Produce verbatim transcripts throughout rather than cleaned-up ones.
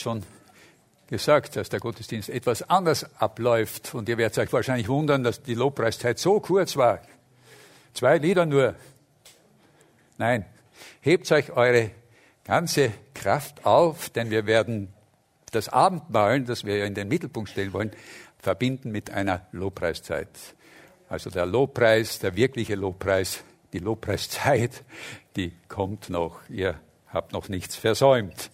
schon gesagt, dass der Gottesdienst etwas anders abläuft. Und ihr werdet euch wahrscheinlich wundern, dass die Lobpreiszeit so kurz war. Zwei Lieder nur. Nein, hebt euch eure ganze Kraft auf, denn wir werden das Abendmahl, das wir ja in den Mittelpunkt stellen wollen, verbinden mit einer Lobpreiszeit. Also der Lobpreis, der wirkliche Lobpreis, die Lobpreiszeit, die kommt noch. Ihr habt noch nichts versäumt.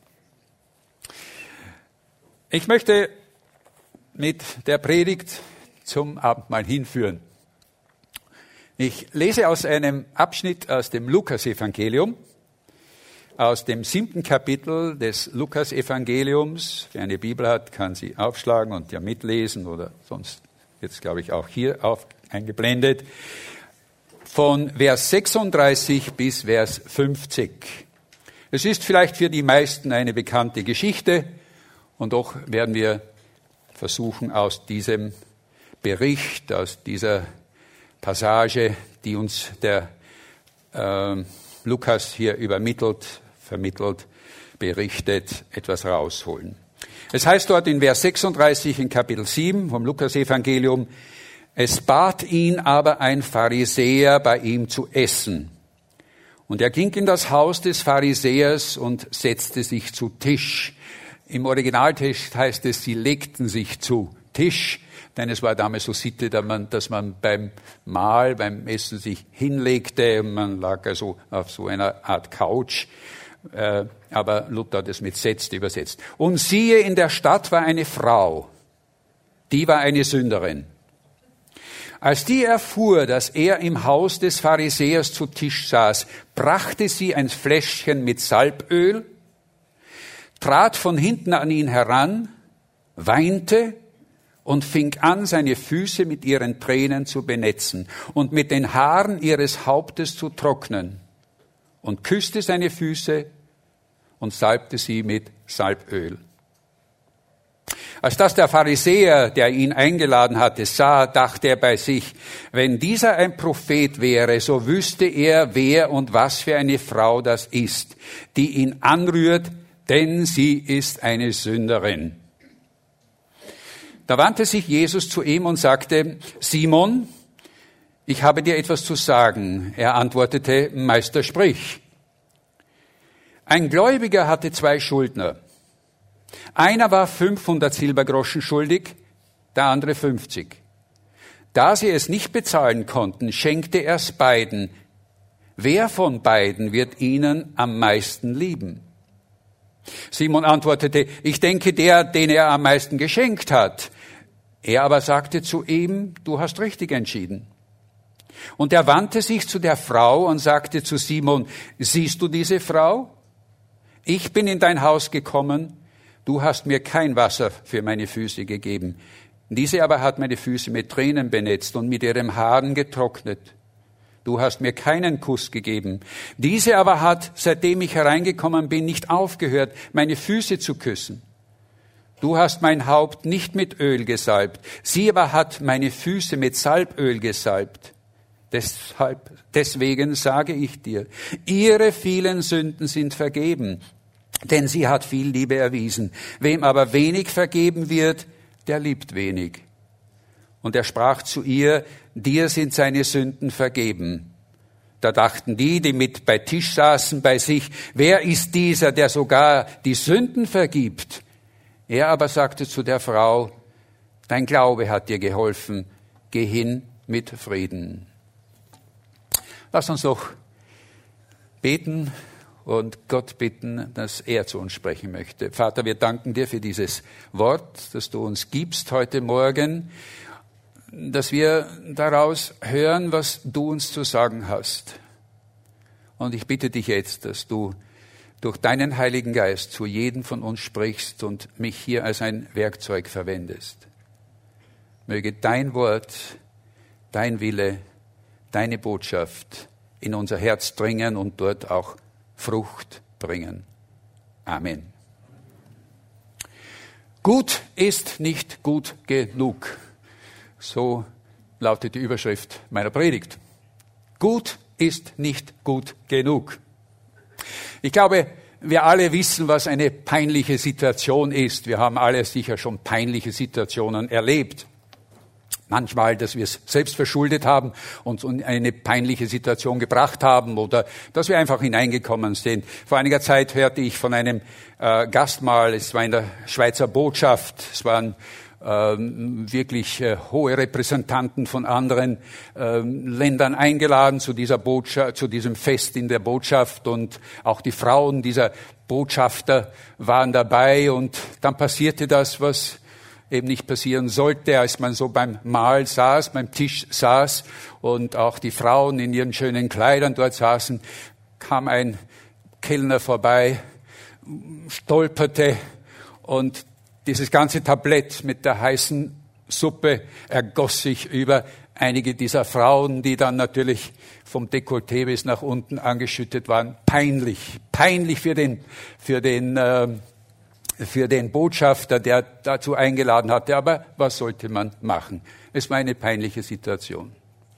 Ich möchte mit der Predigt zum Abendmahl hinführen. Ich lese aus einem Abschnitt aus dem Lukas-Evangelium, aus dem siebten Kapitel des Lukas-Evangeliums. Wer eine Bibel hat, kann sie aufschlagen und ja mitlesen oder sonst wird es, glaube ich, auch hier auf, eingeblendet. Von Vers sechsunddreißig bis Vers fünfzig. Es ist vielleicht für die meisten eine bekannte Geschichte und doch werden wir versuchen, aus diesem Bericht, aus dieser Passage, die uns der äh, Lukas hier übermittelt, vermittelt, berichtet, etwas rausholen. Es heißt dort in Vers sechsunddreißig in Kapitel sieben vom Lukas-Evangelium, es bat ihn aber ein Pharisäer, bei ihm zu essen. Und er ging in das Haus des Pharisäers und setzte sich zu Tisch. Im Originaltext heißt es, sie legten sich zu Tisch, denn es war damals so Sitte, dass man, dass man beim Mahl, beim Essen sich hinlegte. Man lag also auf so einer Art Couch, äh, aber Luther hat es mit setzt übersetzt. Und siehe, in der Stadt war eine Frau, die war eine Sünderin. Als die erfuhr, dass er im Haus des Pharisäers zu Tisch saß, brachte sie ein Fläschchen mit Salböl, trat von hinten an ihn heran, weinte und fing an, seine Füße mit ihren Tränen zu benetzen und mit den Haaren ihres Hauptes zu trocknen und küsste seine Füße und salbte sie mit Salböl. Als das der Pharisäer, der ihn eingeladen hatte, sah, dachte er bei sich, wenn dieser ein Prophet wäre, so wüsste er, wer und was für eine Frau das ist, die ihn anrührt, denn sie ist eine Sünderin. Da wandte sich Jesus zu ihm und sagte, Simon, ich habe dir etwas zu sagen. Er antwortete, Meister, sprich. Ein Gläubiger hatte zwei Schuldner. Einer war fünfhundert Silbergroschen schuldig, der andere fünfzig. Da sie es nicht bezahlen konnten, schenkte er es beiden. Wer von beiden wird ihnen am meisten lieben? Simon antwortete, ich denke der, den er am meisten geschenkt hat. Er aber sagte zu ihm, du hast richtig entschieden. Und er wandte sich zu der Frau und sagte zu Simon, siehst du diese Frau? Ich bin in dein Haus gekommen, du hast mir kein Wasser für meine Füße gegeben. Diese aber hat meine Füße mit Tränen benetzt und mit ihrem Haaren getrocknet. Du hast mir keinen Kuss gegeben. Diese aber hat, seitdem ich hereingekommen bin, nicht aufgehört, meine Füße zu küssen. Du hast mein Haupt nicht mit Öl gesalbt. Sie aber hat meine Füße mit Salböl gesalbt. Deshalb, deswegen sage ich dir, ihre vielen Sünden sind vergeben, denn sie hat viel Liebe erwiesen. Wem aber wenig vergeben wird, der liebt wenig. Und er sprach zu ihr, dir sind seine Sünden vergeben. Da dachten die, die mit bei Tisch saßen, bei sich, wer ist dieser, der sogar die Sünden vergibt? Er aber sagte zu der Frau, dein Glaube hat dir geholfen, geh hin mit Frieden. Lass uns doch beten und Gott bitten, dass er zu uns sprechen möchte. Vater, wir danken dir für dieses Wort, das du uns gibst heute Morgen, dass wir daraus hören, was du uns zu sagen hast. Und ich bitte dich jetzt, dass du durch deinen Heiligen Geist zu jedem von uns sprichst und mich hier als ein Werkzeug verwendest. Möge dein Wort, dein Wille, deine Botschaft in unser Herz dringen und dort auch Frucht bringen. Amen. Gut ist nicht gut genug. So lautet die Überschrift meiner Predigt. Gut ist nicht gut genug. Ich glaube, wir alle wissen, was eine peinliche Situation ist. Wir haben alle sicher schon peinliche Situationen erlebt. Manchmal, dass wir es selbst verschuldet haben, uns in eine peinliche Situation gebracht haben oder dass wir einfach hineingekommen sind. Vor einiger Zeit hörte ich von einem äh, Gastmahl, es war in der Schweizer Botschaft, es waren ähm, wirklich äh, hohe Repräsentanten von anderen ähm, Ländern eingeladen zu dieser Botschaft, zu diesem Fest in der Botschaft, und auch die Frauen dieser Botschafter waren dabei, und dann passierte das, was eben nicht passieren sollte, als man so beim Mahl saß, beim Tisch saß und auch die Frauen in ihren schönen Kleidern dort saßen, kam ein Kellner vorbei, stolperte, und dieses ganze Tablett mit der heißen Suppe ergoss sich über einige dieser Frauen, die dann natürlich vom Dekolleté bis nach unten angeschüttet waren. Peinlich, peinlich für den, für den, äh, für den Botschafter, der dazu eingeladen hatte. Aber was sollte man machen? Es war eine peinliche Situation.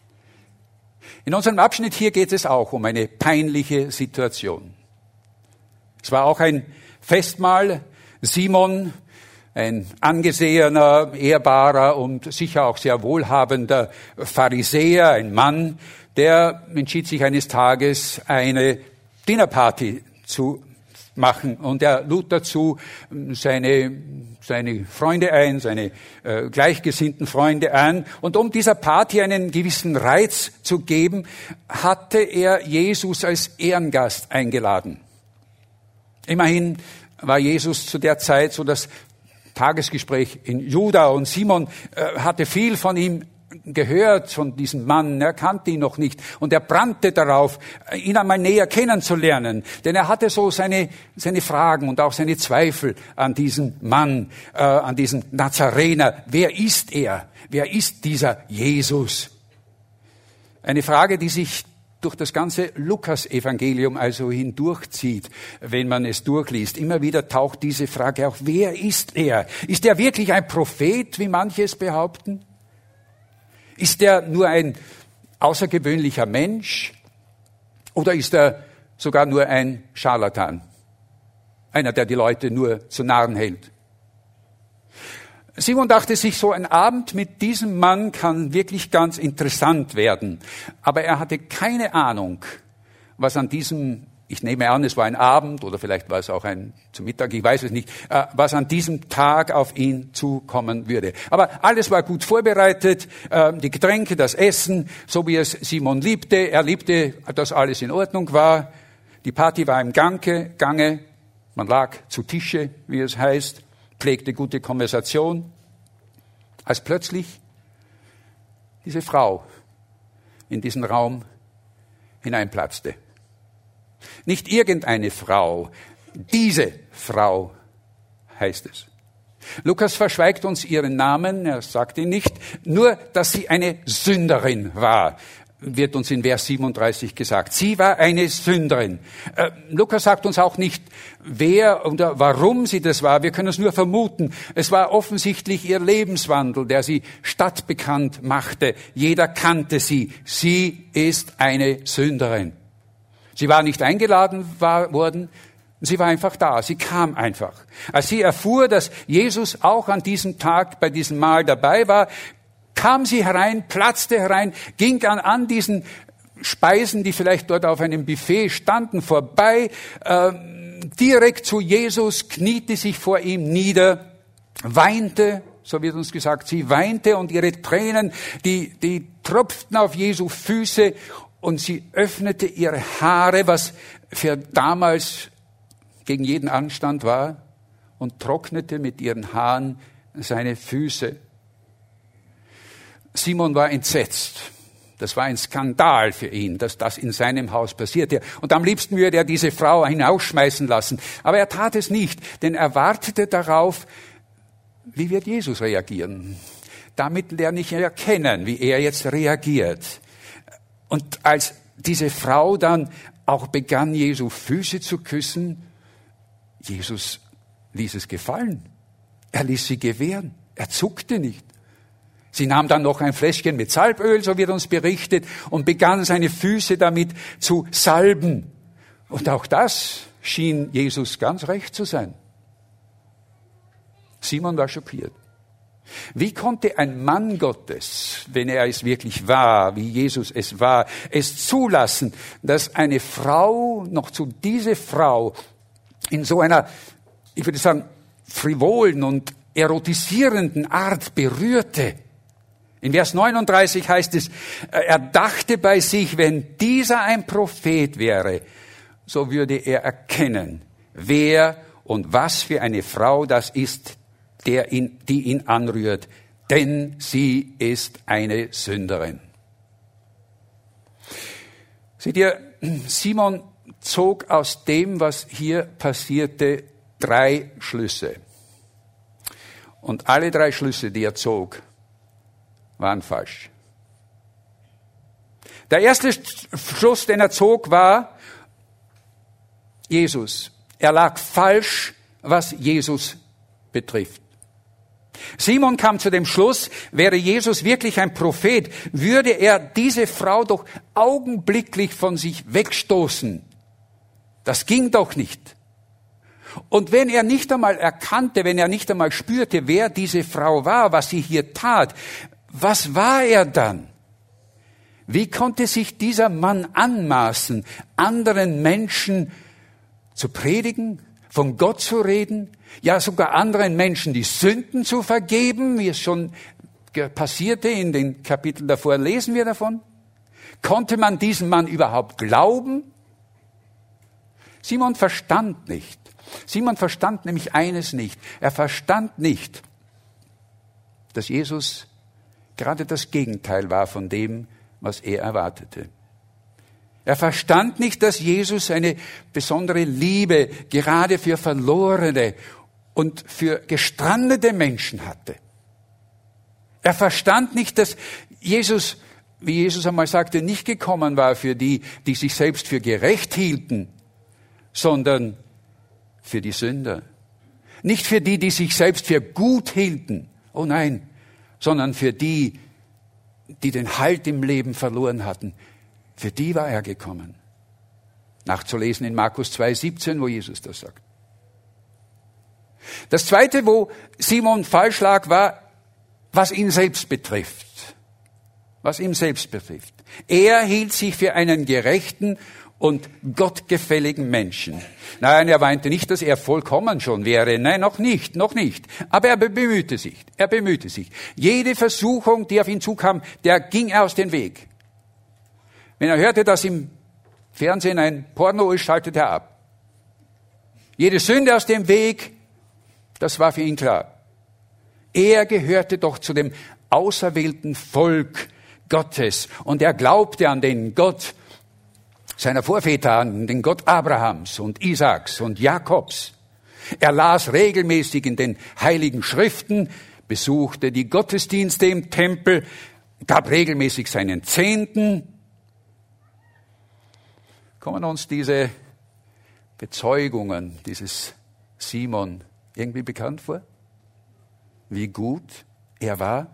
In unserem Abschnitt hier geht es auch um eine peinliche Situation. Es war auch ein Festmahl. Simon, ein angesehener, ehrbarer und sicher auch sehr wohlhabender Pharisäer, ein Mann, der entschied sich eines Tages, eine Dinnerparty zu machen, und er lud dazu seine seine Freunde ein, seine äh, gleichgesinnten Freunde an, und um dieser Party einen gewissen Reiz zu geben, hatte er Jesus als Ehrengast eingeladen. Immerhin war Jesus zu der Zeit so das Tagesgespräch in Juda, und Simon äh, hatte viel von ihm gehört, von diesem Mann. Er kannte ihn noch nicht, und er brannte darauf, ihn einmal näher kennenzulernen, denn er hatte so seine seine Fragen und auch seine Zweifel an diesen Mann, äh, an diesen Nazarener. Wer ist er? Wer ist dieser Jesus? Eine Frage, die sich durch das ganze Lukas-Evangelium also hindurchzieht, wenn man es durchliest. Immer wieder taucht diese Frage auf: Wer ist er? Ist er wirklich ein Prophet, wie manche es behaupten? Ist er nur ein außergewöhnlicher Mensch? Oder ist er sogar nur ein Scharlatan? Einer, der die Leute nur zu Narren hält. Simon dachte sich, so ein Abend mit diesem Mann kann wirklich ganz interessant werden. Aber er hatte keine Ahnung, was an diesem, ich nehme an, es war ein Abend oder vielleicht war es auch ein zum Mittag, ich weiß es nicht, äh, was an diesem Tag auf ihn zukommen würde. Aber alles war gut vorbereitet, äh, die Getränke, das Essen, so wie es Simon liebte. Er liebte, dass alles in Ordnung war. Die Party war im Gange, Gange. Man lag zu Tische, wie es heißt, pflegte gute Konversation, als plötzlich diese Frau in diesen Raum hineinplatzte. Nicht irgendeine Frau, diese Frau heißt es. Lukas verschweigt uns ihren Namen, er sagt ihn nicht, nur, dass sie eine Sünderin war, wird uns in Vers siebenunddreißig gesagt. Sie war eine Sünderin. Äh, Lukas sagt uns auch nicht, wer oder warum sie das war. Wir können es nur vermuten. Es war offensichtlich ihr Lebenswandel, der sie stadtbekannt machte. Jeder kannte sie. Sie ist eine Sünderin. Sie war nicht eingeladen war, worden. Sie war einfach da. Sie kam einfach. Als sie erfuhr, dass Jesus auch an diesem Tag bei diesem Mahl dabei war, kam sie herein, platzte herein, ging an, an diesen Speisen, die vielleicht dort auf einem Buffet standen, vorbei, äh, direkt zu Jesus, kniete sich vor ihm nieder, weinte, so wird uns gesagt, sie weinte, und ihre Tränen, die, die tropften auf Jesu Füße, und sie öffnete ihre Haare, was für damals gegen jeden Anstand war, und trocknete mit ihren Haaren seine Füße. Simon war entsetzt. Das war ein Skandal für ihn, dass das in seinem Haus passierte. Und am liebsten würde er diese Frau hinausschmeißen lassen. Aber er tat es nicht, denn er wartete darauf, wie wird Jesus reagieren. Damit lerne ich erkennen, wie er jetzt reagiert. Und als diese Frau dann auch begann, Jesu Füße zu küssen, Jesus ließ es gefallen. Er ließ sie gewähren. Er zuckte nicht. Sie nahm dann noch ein Fläschchen mit Salböl, so wird uns berichtet, und begann seine Füße damit zu salben. Und auch das schien Jesus ganz recht zu sein. Simon war schockiert. Wie konnte ein Mann Gottes, wenn er es wirklich war, wie Jesus es war, es zulassen, dass eine Frau, noch zu dieser Frau, in so einer, ich würde sagen, frivolen und erotisierenden Art berührte? In Vers neununddreißig heißt es, er dachte bei sich, wenn dieser ein Prophet wäre, so würde er erkennen, wer und was für eine Frau das ist, der ihn, die ihn anrührt, denn sie ist eine Sünderin. Seht ihr, Simon zog aus dem, was hier passierte, drei Schlüsse. Und alle drei Schlüsse, die er zog, waren falsch. Der erste Schluss, den er zog, war Jesus. Er lag falsch, was Jesus betrifft. Simon kam zu dem Schluss, wäre Jesus wirklich ein Prophet, würde er diese Frau doch augenblicklich von sich wegstoßen. Das ging doch nicht. Und wenn er nicht einmal erkannte, wenn er nicht einmal spürte, wer diese Frau war, was sie hier tat, was war er dann? Wie konnte sich dieser Mann anmaßen, anderen Menschen zu predigen, von Gott zu reden, ja sogar anderen Menschen die Sünden zu vergeben, wie es schon passierte in den Kapiteln davor, lesen wir davon? Konnte man diesem Mann überhaupt glauben? Simon verstand nicht. Simon verstand nämlich eines nicht. Er verstand nicht, dass Jesus gerade das Gegenteil war von dem, was er erwartete. Er verstand nicht, dass Jesus eine besondere Liebe gerade für verlorene und für gestrandete Menschen hatte. Er verstand nicht, dass Jesus, wie Jesus einmal sagte, nicht gekommen war für die, die sich selbst für gerecht hielten, sondern für die Sünder. Nicht für die, die sich selbst für gut hielten, oh nein, sondern für die, die den Halt im Leben verloren hatten. Für die war er gekommen. Nachzulesen in Markus zwei siebzehn, wo Jesus das sagt. Das Zweite, wo Simon falsch lag, war, was ihn selbst betrifft. Was ihn selbst betrifft. Er hielt sich für einen gerechten und gottgefälligen Menschen. Nein, er meinte nicht, dass er vollkommen schon wäre. Nein, noch nicht, noch nicht. Aber er bemühte sich, er bemühte sich. Jede Versuchung, die auf ihn zukam, der ging er aus dem Weg. Wenn er hörte, dass im Fernsehen ein Porno ist, schaltete er ab. Jede Sünde aus dem Weg, das war für ihn klar. Er gehörte doch zu dem auserwählten Volk Gottes und er glaubte an den Gott seiner Vorväter, an den Gott Abrahams und Isaaks und Jakobs. Er las regelmäßig in den heiligen Schriften, besuchte die Gottesdienste im Tempel, gab regelmäßig seinen Zehnten. Kommen uns diese Bezeugungen dieses Simon irgendwie bekannt vor? Wie gut er war?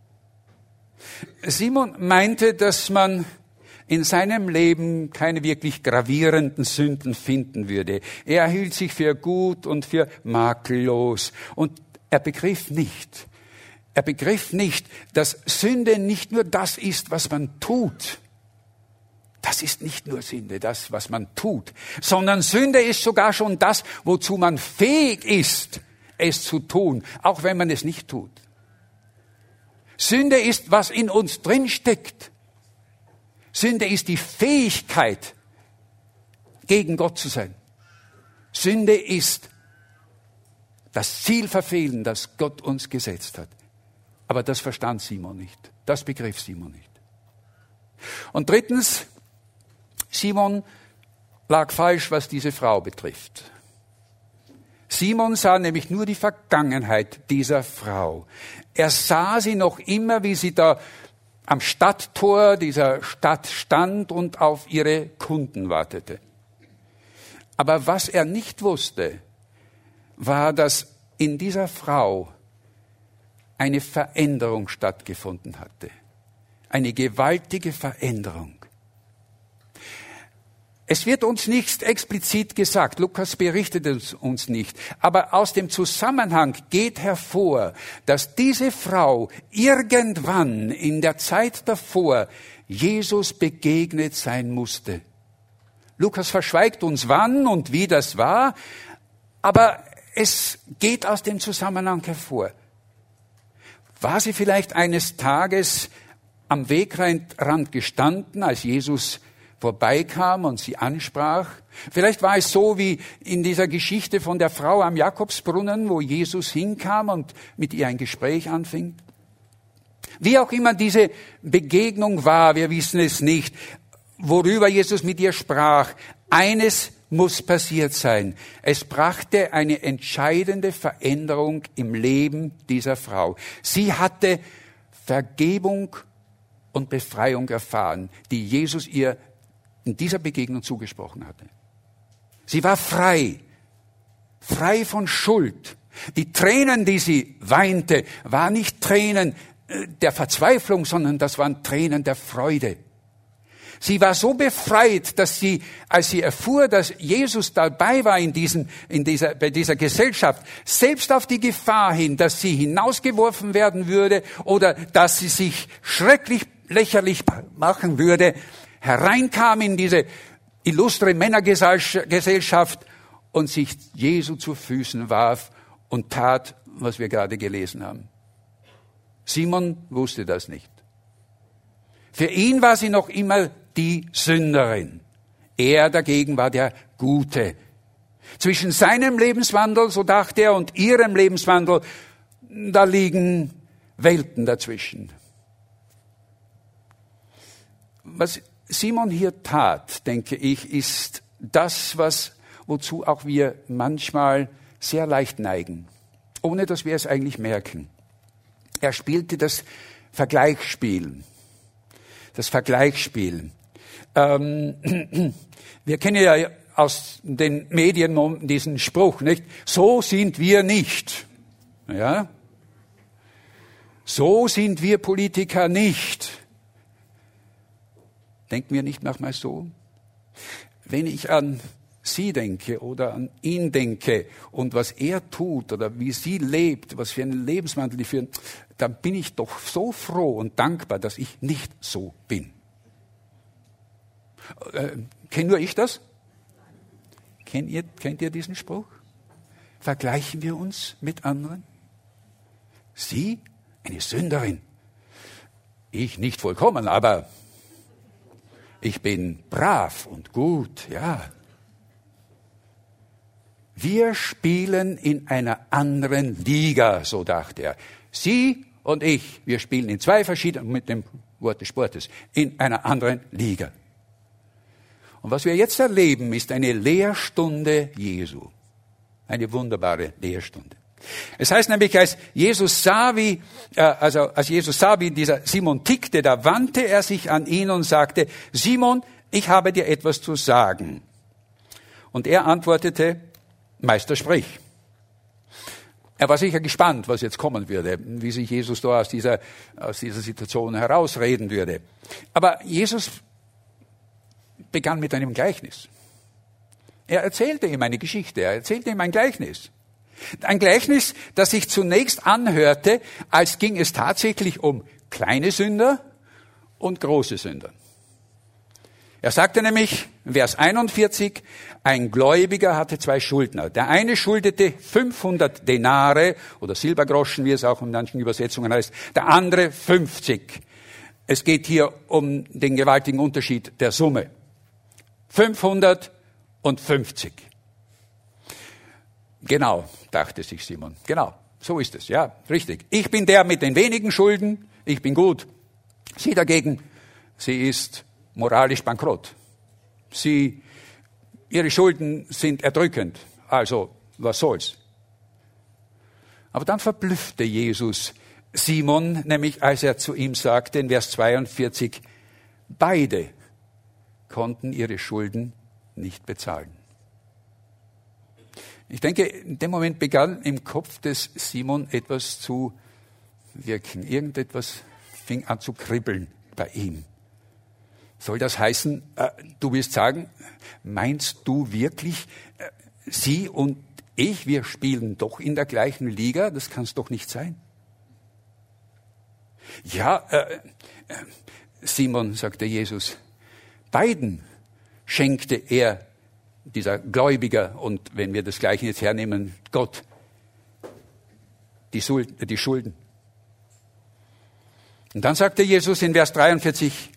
Simon meinte, dass man in seinem Leben keine wirklich gravierenden Sünden finden würde. Er hielt sich für gut und für makellos. Und er begriff nicht, er begriff nicht, dass Sünde nicht nur das ist, was man tut. Das ist nicht nur Sünde, das, was man tut, sondern Sünde ist sogar schon das, wozu man fähig ist, es zu tun, auch wenn man es nicht tut. Sünde ist, was in uns drinsteckt. Sünde ist die Fähigkeit, gegen Gott zu sein. Sünde ist das Ziel verfehlen, das Gott uns gesetzt hat. Aber das verstand Simon nicht. Das begriff Simon nicht. Und drittens, Simon lag falsch, was diese Frau betrifft. Simon sah nämlich nur die Vergangenheit dieser Frau. Er sah sie noch immer, wie sie da am Stadttor dieser Stadt stand und auf ihre Kunden wartete. Aber was er nicht wusste, war, dass in dieser Frau eine Veränderung stattgefunden hatte. Eine gewaltige Veränderung. Es wird uns nicht explizit gesagt, Lukas berichtet es uns nicht, aber aus dem Zusammenhang geht hervor, dass diese Frau irgendwann in der Zeit davor Jesus begegnet sein musste. Lukas verschweigt uns, wann und wie das war, aber es geht aus dem Zusammenhang hervor. War sie vielleicht eines Tages am Wegrand gestanden, als Jesus vorbeikam und sie ansprach? Vielleicht war es so wie in dieser Geschichte von der Frau am Jakobsbrunnen, wo Jesus hinkam und mit ihr ein Gespräch anfing. Wie auch immer diese Begegnung war, wir wissen es nicht, worüber Jesus mit ihr sprach. Eines muss passiert sein. Es brachte eine entscheidende Veränderung im Leben dieser Frau. Sie hatte Vergebung und Befreiung erfahren, die Jesus ihr in dieser Begegnung zugesprochen hatte. Sie war frei, frei von Schuld. Die Tränen, die sie weinte, waren nicht Tränen der Verzweiflung, sondern das waren Tränen der Freude. Sie war so befreit, dass sie, als sie erfuhr, dass Jesus dabei war in diesem, in dieser, bei dieser Gesellschaft, selbst auf die Gefahr hin, dass sie hinausgeworfen werden würde oder dass sie sich schrecklich lächerlich machen würde, hereinkam in diese illustre Männergesellschaft und sich Jesu zu Füßen warf und tat, was wir gerade gelesen haben. Simon wusste das nicht. Für ihn war sie noch immer die Sünderin. Er dagegen war der Gute. Zwischen seinem Lebenswandel, so dachte er, und ihrem Lebenswandel, da liegen Welten dazwischen. Was Simon hier tat, denke ich, ist das, was, wozu auch wir manchmal sehr leicht neigen, ohne dass wir es eigentlich merken. Er spielte das Vergleichsspiel. Das Vergleichsspiel. Ähm, wir kennen ja aus den Medien diesen Spruch, nicht? So sind wir nicht. Ja? So sind wir Politiker nicht. Denken wir nicht manchmal so? Wenn ich an Sie denke oder an ihn denke und was er tut oder wie sie lebt, was für einen Lebenswandel die führen, dann bin ich doch so froh und dankbar, dass ich nicht so bin. Äh, kennt nur ich das? Kennt ihr, kennt ihr diesen Spruch? Vergleichen wir uns mit anderen? Sie, eine Sünderin. Ich nicht vollkommen, aber ich bin brav und gut, ja. Wir spielen in einer anderen Liga, so dachte er. Sie und ich, wir spielen in zwei verschiedenen, mit dem Wort des Sportes, in einer anderen Liga. Und was wir jetzt erleben, ist eine Lehrstunde Jesu. Eine wunderbare Lehrstunde. Es heißt nämlich, als Jesus sah, wie, äh, also als Jesus sah, wie dieser Simon tickte, da wandte er sich an ihn und sagte, Simon, ich habe dir etwas zu sagen. Und er antwortete, Meister, sprich. Er war sicher gespannt, was jetzt kommen würde, wie sich Jesus da aus dieser, aus dieser Situation herausreden würde. Aber Jesus begann mit einem Gleichnis. Er erzählte ihm eine Geschichte, er erzählte ihm ein Gleichnis. Ein Gleichnis, das sich zunächst anhörte, als ging es tatsächlich um kleine Sünder und große Sünder. Er sagte nämlich, Vers einundvierzig, ein Gläubiger hatte zwei Schuldner. Der eine schuldete fünfhundert Denare oder Silbergroschen, wie es auch in manchen Übersetzungen heißt, der andere fünfzig. Es geht hier um den gewaltigen Unterschied der Summe. fünfhundert und fünfzig. Genau, dachte sich Simon. Genau, so ist es, ja, richtig. Ich bin der mit den wenigen Schulden, ich bin gut. Sie dagegen, sie ist moralisch bankrott. Sie, ihre Schulden sind erdrückend, also was soll's. Aber dann verblüffte Jesus Simon, nämlich als er zu ihm sagte in Vers zweiundvierzig, beide konnten ihre Schulden nicht bezahlen. Ich denke, in dem Moment begann im Kopf des Simon etwas zu wirken. Irgendetwas fing an zu kribbeln bei ihm. Soll das heißen, äh, du willst sagen, meinst du wirklich, äh, sie und ich, wir spielen doch in der gleichen Liga? Das kann es doch nicht sein. Ja, äh, äh, Simon, sagte Jesus, beiden schenkte er, dieser Gläubiger, und wenn wir das Gleiche jetzt hernehmen, Gott, die, Suld, die Schulden. Und dann sagte Jesus in Vers dreiundvierzig,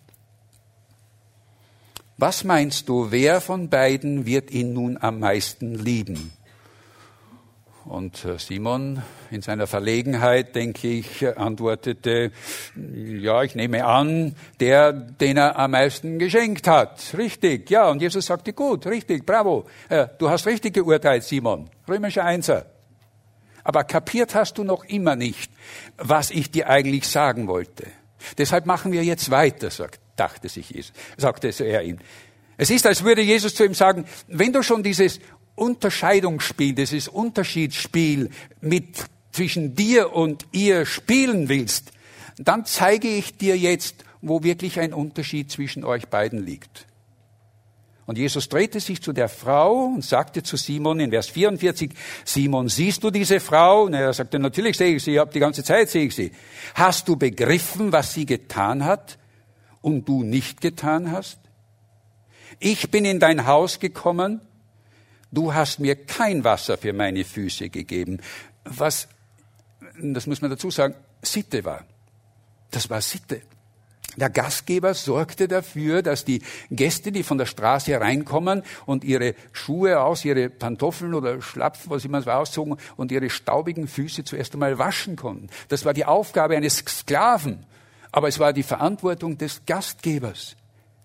was meinst du, wer von beiden wird ihn nun am meisten lieben? Und Simon in seiner Verlegenheit, denke ich, antwortete, ja, ich nehme an, der, den er am meisten geschenkt hat. Richtig, ja. Und Jesus sagte, gut, richtig, bravo. Du hast richtig geurteilt, Simon. Römischer Einser. Aber kapiert hast du noch immer nicht, was ich dir eigentlich sagen wollte. Deshalb machen wir jetzt weiter, sagt, dachte sich Jesus, sagte er ihm. Es ist, als würde Jesus zu ihm sagen, wenn du schon dieses Unterscheidungsspiel, dieses Unterschiedsspiel mit zwischen dir und ihr spielen willst, dann zeige ich dir jetzt, wo wirklich ein Unterschied zwischen euch beiden liegt. Und Jesus drehte sich zu der Frau und sagte zu Simon in Vers vierundvierzig, Simon, siehst du diese Frau? Und er sagte, natürlich sehe ich sie, die ganze Zeit sehe ich sie. Hast du begriffen, was sie getan hat und du nicht getan hast? Ich bin in dein Haus gekommen, du hast mir kein Wasser für meine Füße gegeben, was, das muss man dazu sagen, Sitte war. Das war Sitte. Der Gastgeber sorgte dafür, dass die Gäste, die von der Straße hereinkommen und ihre Schuhe aus, ihre Pantoffeln oder Schlapfen, was immer es war, auszogen und ihre staubigen Füße zuerst einmal waschen konnten. Das war die Aufgabe eines Sklaven, aber es war die Verantwortung des Gastgebers.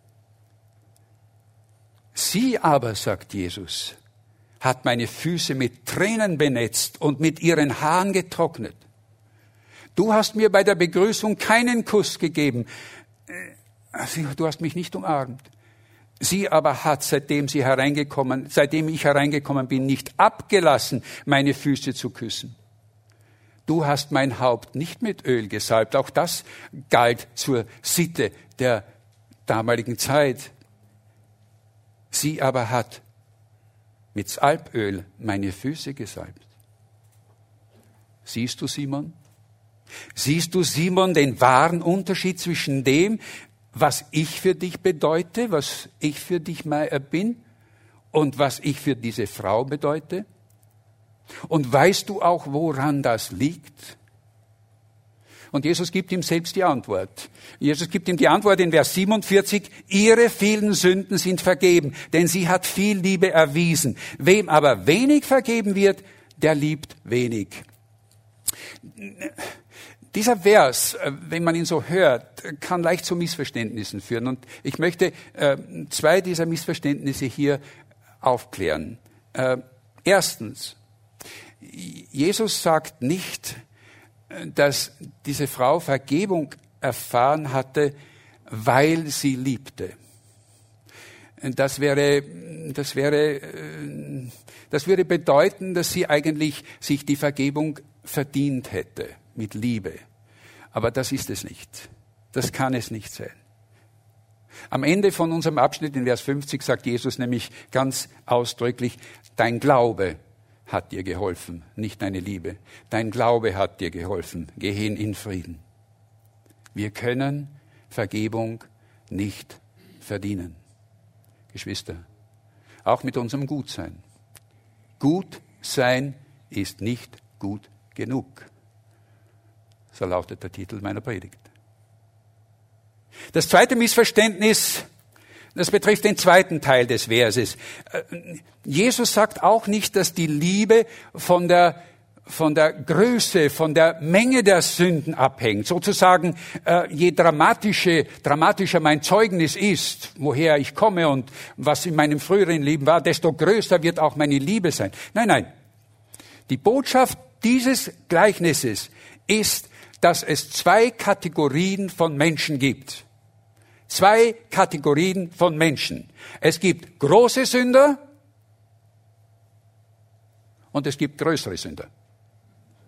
Sie aber, sagt Jesus, hat meine Füße mit Tränen benetzt und mit ihren Haaren getrocknet. Du hast mir bei der Begrüßung keinen Kuss gegeben. Du hast mich nicht umarmt. Sie aber hat, seitdem sie hereingekommen, seitdem ich hereingekommen bin, nicht abgelassen, meine Füße zu küssen. Du hast mein Haupt nicht mit Öl gesalbt. Auch das galt zur Sitte der damaligen Zeit. Sie aber hat mit Salböl meine Füße gesalbt. Siehst du, Simon? Siehst du, Simon, den wahren Unterschied zwischen dem, was ich für dich bedeute, was ich für dich bin und was ich für diese Frau bedeute? Und weißt du auch, woran das liegt? Und Jesus gibt ihm selbst die Antwort. Jesus gibt ihm die Antwort in Vers siebenundvierzig, ihre vielen Sünden sind vergeben, denn sie hat viel Liebe erwiesen. Wem aber wenig vergeben wird, der liebt wenig. Dieser Vers, wenn man ihn so hört, kann leicht zu Missverständnissen führen. Und ich möchte äh, zwei dieser Missverständnisse hier aufklären. Äh, erstens, Jesus sagt nicht, dass diese Frau Vergebung erfahren hatte, weil sie liebte. Das wäre, das wäre, das würde bedeuten, dass sie eigentlich sich die Vergebung verdient hätte mit Liebe. Aber das ist es nicht. Das kann es nicht sein. Am Ende von unserem Abschnitt in Vers fünfzig sagt Jesus nämlich ganz ausdrücklich, dein Glaube hat dir geholfen, nicht deine Liebe. Dein Glaube hat dir geholfen. Geh hin in Frieden. Wir können Vergebung nicht verdienen. Geschwister, auch mit unserem Gutsein. Gut sein ist nicht gut genug. So lautet der Titel meiner Predigt. Das zweite Missverständnis, das betrifft den zweiten Teil des Verses. Jesus sagt auch nicht, dass die Liebe von der, von der Größe, von der Menge der Sünden abhängt. Sozusagen, je dramatische, dramatischer mein Zeugnis ist, woher ich komme und was in meinem früheren Leben war, desto größer wird auch meine Liebe sein. Nein, nein. Die Botschaft dieses Gleichnisses ist, dass es zwei Kategorien von Menschen gibt. Zwei Kategorien von Menschen. Es gibt große Sünder und es gibt größere Sünder.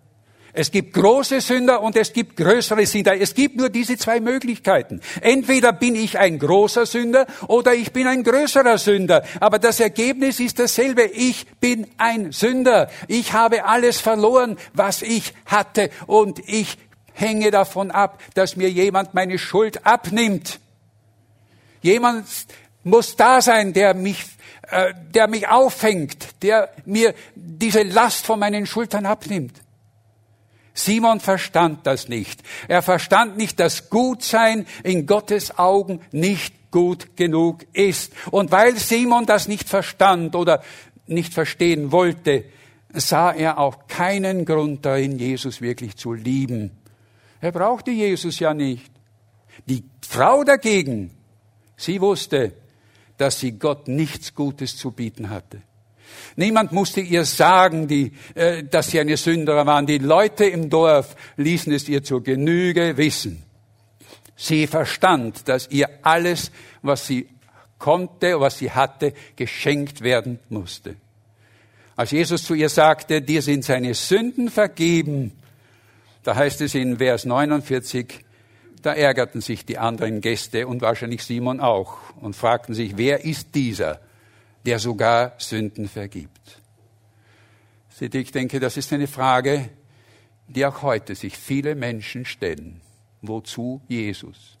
Es gibt große Sünder und es gibt größere Sünder. Es gibt nur diese zwei Möglichkeiten. Entweder bin ich ein großer Sünder oder ich bin ein größerer Sünder. Aber das Ergebnis ist dasselbe. Ich bin ein Sünder. Ich habe alles verloren, was ich hatte. Und ich hänge davon ab, dass mir jemand meine Schuld abnimmt. Jemand muss da sein, der mich, äh, der mich auffängt, der mir diese Last von meinen Schultern abnimmt. Simon verstand das nicht. Er verstand nicht, dass Gutsein in Gottes Augen nicht gut genug ist. Und weil Simon das nicht verstand oder nicht verstehen wollte, sah er auch keinen Grund darin, Jesus wirklich zu lieben. Er brauchte Jesus ja nicht. Die Frau dagegen, sie wusste, dass sie Gott nichts Gutes zu bieten hatte. Niemand musste ihr sagen, die, äh, dass sie eine Sünderin waren. Die Leute im Dorf ließen es ihr zur Genüge wissen. Sie verstand, dass ihr alles, was sie konnte, was sie hatte, geschenkt werden musste. Als Jesus zu ihr sagte, dir sind seine Sünden vergeben, da heißt es in Vers neunundvierzig, da ärgerten sich die anderen Gäste und wahrscheinlich Simon auch und fragten sich, wer ist dieser, der sogar Sünden vergibt? Seht ihr, ich denke, das ist eine Frage, die auch heute sich viele Menschen stellen. Wozu Jesus?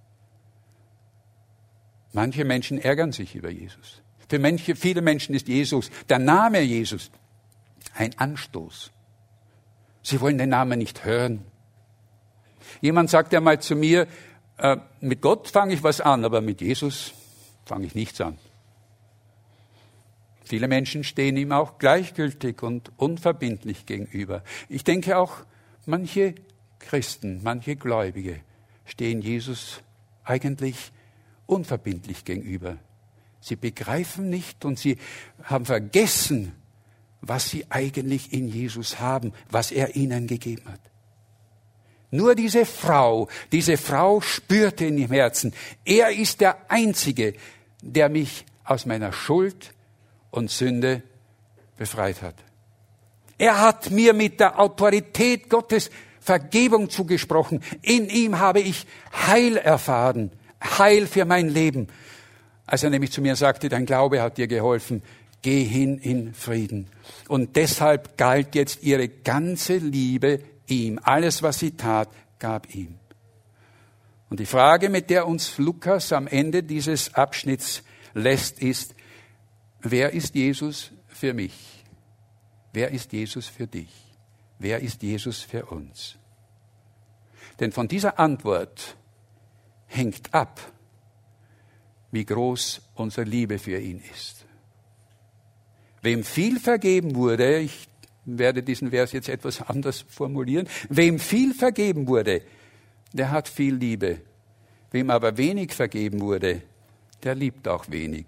Manche Menschen ärgern sich über Jesus. Für manche, viele Menschen ist Jesus, der Name Jesus, ein Anstoß. Sie wollen den Namen nicht hören. Jemand sagte einmal zu mir, äh, mit Gott fange ich was an, aber mit Jesus fange ich nichts an. Viele Menschen stehen ihm auch gleichgültig und unverbindlich gegenüber. Ich denke auch, manche Christen, manche Gläubige stehen Jesus eigentlich unverbindlich gegenüber. Sie begreifen nicht und sie haben vergessen, was sie eigentlich in Jesus haben, was er ihnen gegeben hat. Nur diese Frau, diese Frau spürte in ihrem Herzen, er ist der Einzige, der mich aus meiner Schuld und Sünde befreit hat. Er hat mir mit der Autorität Gottes Vergebung zugesprochen. In ihm habe ich Heil erfahren, Heil für mein Leben. Als er nämlich zu mir sagte, dein Glaube hat dir geholfen, geh hin in Frieden. Und deshalb galt jetzt ihre ganze Liebe ihm. Alles, was sie tat, gab ihm. Und die Frage, mit der uns Lukas am Ende dieses Abschnitts lässt, ist, wer ist Jesus für mich? Wer ist Jesus für dich? Wer ist Jesus für uns? Denn von dieser Antwort hängt ab, wie groß unsere Liebe für ihn ist. Wem viel vergeben wurde, ich werde diesen Vers jetzt etwas anders formulieren, wem viel vergeben wurde, der hat viel Liebe. Wem aber wenig vergeben wurde, der liebt auch wenig.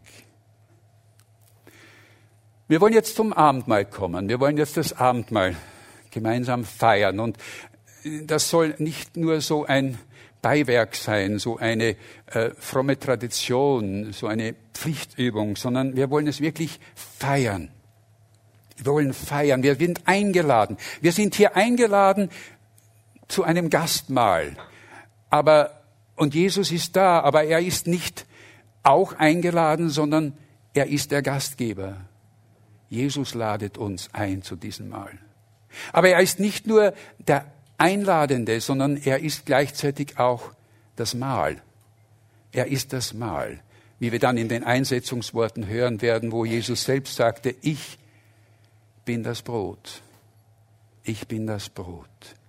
Wir wollen jetzt zum Abendmahl kommen. Wir wollen jetzt das Abendmahl gemeinsam feiern. Und das soll nicht nur so ein Beiwerk sein, so eine äh, fromme Tradition, so eine Pflichtübung, sondern wir wollen es wirklich feiern. Wir wollen feiern. Wir sind eingeladen. Wir sind hier eingeladen zu einem Gastmahl. Aber, und Jesus ist da, aber er ist nicht auch eingeladen, sondern er ist der Gastgeber. Jesus ladet uns ein zu diesem Mahl. Aber er ist nicht nur der Einladende, sondern er ist gleichzeitig auch das Mahl. Er ist das Mahl, wie wir dann in den Einsetzungsworten hören werden, wo Jesus selbst sagte, ich bin das Brot. Ich bin das Brot.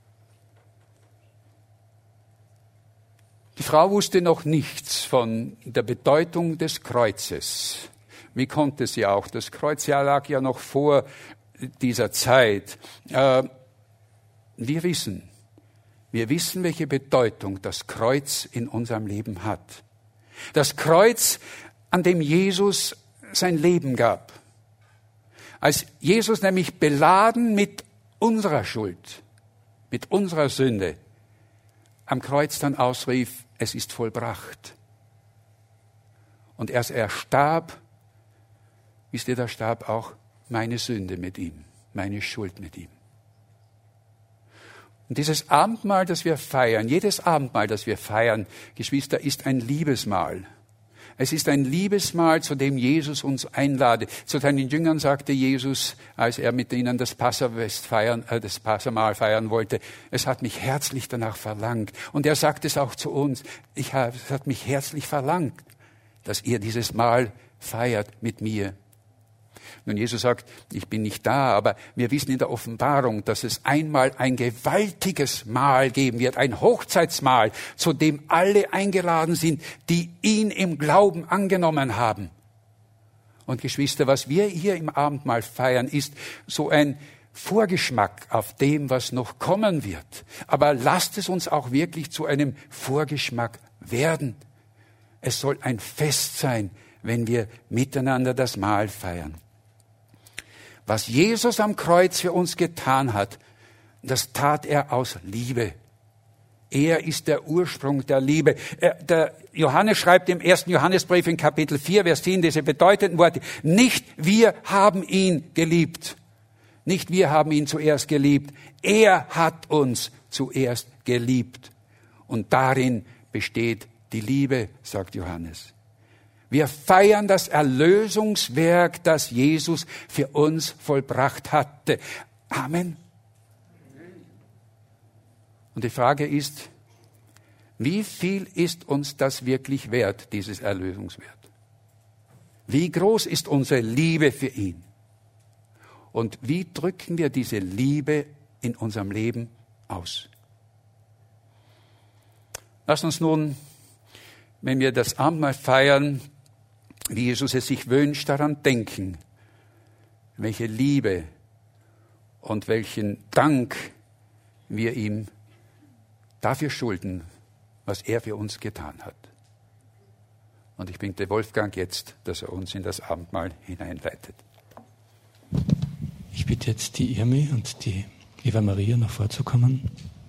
Die Frau wusste noch nichts von der Bedeutung des Kreuzes. Wie konnte sie auch? Das Kreuz ja lag ja noch vor dieser Zeit. Äh, wir wissen, wir wissen, welche Bedeutung das Kreuz in unserem Leben hat. Das Kreuz, an dem Jesus sein Leben gab. Als Jesus nämlich beladen mit unserer Schuld, mit unserer Sünde, am Kreuz dann ausrief, es ist vollbracht. Und erst er starb, wisst ihr, da starb auch meine Sünde mit ihm, meine Schuld mit ihm. Und dieses Abendmahl, das wir feiern, jedes Abendmahl, das wir feiern, Geschwister, ist ein Liebesmahl. Es ist ein Liebesmahl, zu dem Jesus uns einladet. Zu seinen Jüngern sagte Jesus, als er mit ihnen das Passafest feiern, äh, das Passamahl feiern wollte, es hat mich herzlich danach verlangt. Und er sagt es auch zu uns, ich habe, es hat mich herzlich verlangt, dass ihr dieses Mahl feiert mit mir. Nun, Jesus sagt, ich bin nicht da, aber wir wissen in der Offenbarung, dass es einmal ein gewaltiges Mahl geben wird, ein Hochzeitsmahl, zu dem alle eingeladen sind, die ihn im Glauben angenommen haben. Und Geschwister, was wir hier im Abendmahl feiern, ist so ein Vorgeschmack auf dem, was noch kommen wird. Aber lasst es uns auch wirklich zu einem Vorgeschmack werden. Es soll ein Fest sein, wenn wir miteinander das Mahl feiern. Was Jesus am Kreuz für uns getan hat, das tat er aus Liebe. Er ist der Ursprung der Liebe. Der Johannes schreibt im ersten Johannesbrief in Kapitel vier, Vers zehn, diese bedeutenden Worte. Nicht wir haben ihn geliebt. Nicht wir haben ihn zuerst geliebt. Er hat uns zuerst geliebt. Und darin besteht die Liebe, sagt Johannes. Wir feiern das Erlösungswerk, das Jesus für uns vollbracht hatte. Amen. Und die Frage ist, wie viel ist uns das wirklich wert, dieses Erlösungswert? Wie groß ist unsere Liebe für ihn? Und wie drücken wir diese Liebe in unserem Leben aus? Lass uns nun, wenn wir das Abendmahl feiern, wie Jesus es sich wünscht, daran denken, welche Liebe und welchen Dank wir ihm dafür schulden, was er für uns getan hat. Und ich bitte Wolfgang jetzt, dass er uns in das Abendmahl hineinleitet. Ich bitte jetzt die Irmi und die Eva Maria noch vorzukommen.